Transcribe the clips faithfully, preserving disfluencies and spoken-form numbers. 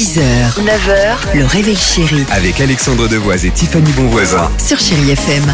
six heures, neuf heures, le réveil chéri Avec Alexandre Devoise et Tiffany Bonvoisin. sur Chéri F M.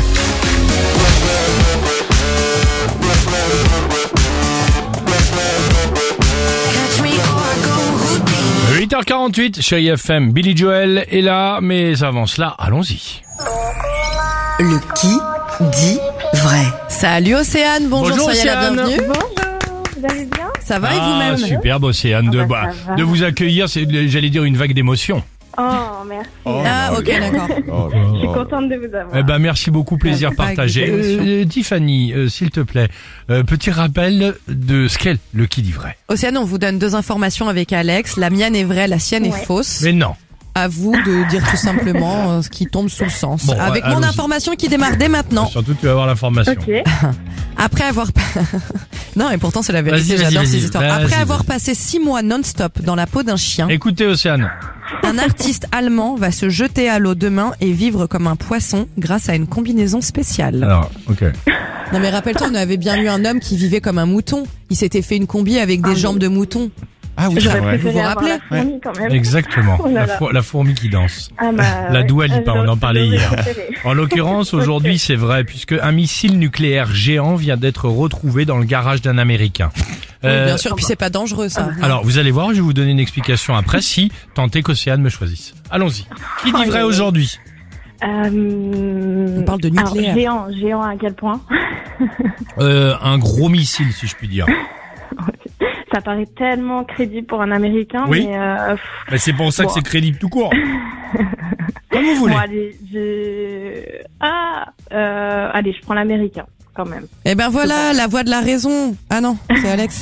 huit heures quarante-huit, Chéri F M, Billy Joel est là, mais avant cela, allons-y. Le qui dit vrai. Salut Océane, bonjour, Bonjour, soyez la Océane. bienvenue. Bonjour, vous allez bien? Ça va et Ah, vous-même? superbe Océane, de, Ah bah, bah, ça va. de vous accueillir, c'est, j'allais dire, une vague d'émotion. Oh, merci. Ah ok, d'accord. Je suis contente de vous avoir. Eh ben, merci beaucoup, plaisir Vague partagé. d'émotion. Euh, Tiffany, euh, s'il te plaît, euh, petit rappel de ce qu'est le qui dit vrai. Océane, on vous donne deux informations avec Alex. La mienne est vraie, la sienne Ouais. est fausse. Mais non. À vous de dire tout simplement euh, ce qui tombe sous le sens. Bon, avec allons-y. mon information qui démarre dès maintenant. Surtout, tu vas avoir l'information. Ok. Après avoir... non, et pourtant c'est la vérité, Vas-y, vas-y, j'adore vas-y. ces histoires. Vas-y, Après vas-y. avoir passé six mois non-stop dans la peau d'un chien, Écoutez, Océane. un artiste allemand va se jeter à l'eau demain et vivre comme un poisson grâce à une combinaison spéciale. Alors, ok. Non mais rappelle-toi, on avait bien eu un homme qui vivait comme un mouton. Il s'était fait une combi avec des Ah, jambes oui. de mouton. Ah oui, J'aurais Vous préféré vous avoir rappelez? la fourmi quand même. Exactement. Oh là La, là. four- la fourmi qui danse. Ah bah, La ouais. Dua Lipa, Ah, on en j'aurais- parlait j'aurais hier. préféré. En l'occurrence, aujourd'hui, Ok. c'est vrai, puisque un missile nucléaire géant vient d'être retrouvé dans le garage d'un Américain. Oui, Euh, bien sûr, puis c'est pas dangereux ça. alors, vous allez voir, je vais vous donner une explication après, si tentez qu'Océane me choisisse. Allons-y. Qui dit vrai aujourd'hui? Euh, On parle de alors, nucléaire. géant, géant à quel point? euh, Un gros missile, si je puis dire. Ça paraît tellement crédible pour un Américain, Oui. mais euh, pff, Mais c'est pour ça que Bon. c'est crédible tout court. Comme vous voulez. bon, allez, je... Ah, euh, allez, je prends l'Américain quand même. Eh ben voilà, la voix de la raison. Ah non, c'est Alex.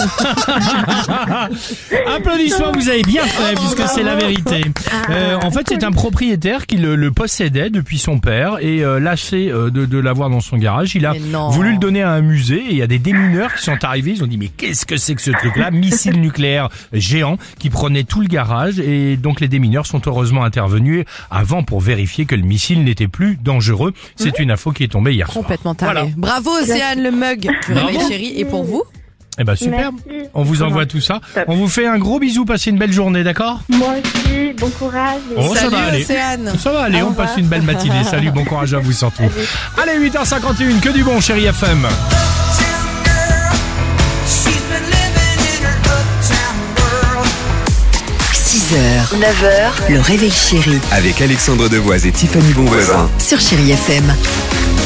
Applaudissements, vous avez bien fait, puisque c'est la vérité. Euh, en fait, c'est un propriétaire qui le, le possédait depuis son père et euh, lassé euh, de, de l'avoir dans son garage, il a Mais non. voulu le donner à un musée et il y a des démineurs qui sont arrivés, ils ont dit mais qu'est-ce que c'est que ce truc-là? Missile nucléaire géant qui prenait tout le garage et donc les démineurs sont heureusement intervenus avant pour vérifier que le missile n'était plus dangereux. C'est une info qui est tombée hier soir. Complètement taré. Voilà. Bravo Océane, le mug du Bravo. réveil chéri. Et pour vous? Eh ben super. Merci. On vous envoie Ouais. tout ça. Top. On vous fait un gros bisou, passez une belle journée, d'accord? Moi aussi, bon courage. Et... Oh, ça Salut va aller. Océane. Ça va aller, Au on revoir. passe une belle matinée. Salut, bon courage à vous surtout. Allez. Allez, huit heures cinquante et une, que du bon, Chéri F M. six heures, neuf heures, le réveil chéri Avec Alexandre Devoise et Tiffany Bonvoisin. sur Chéri F M.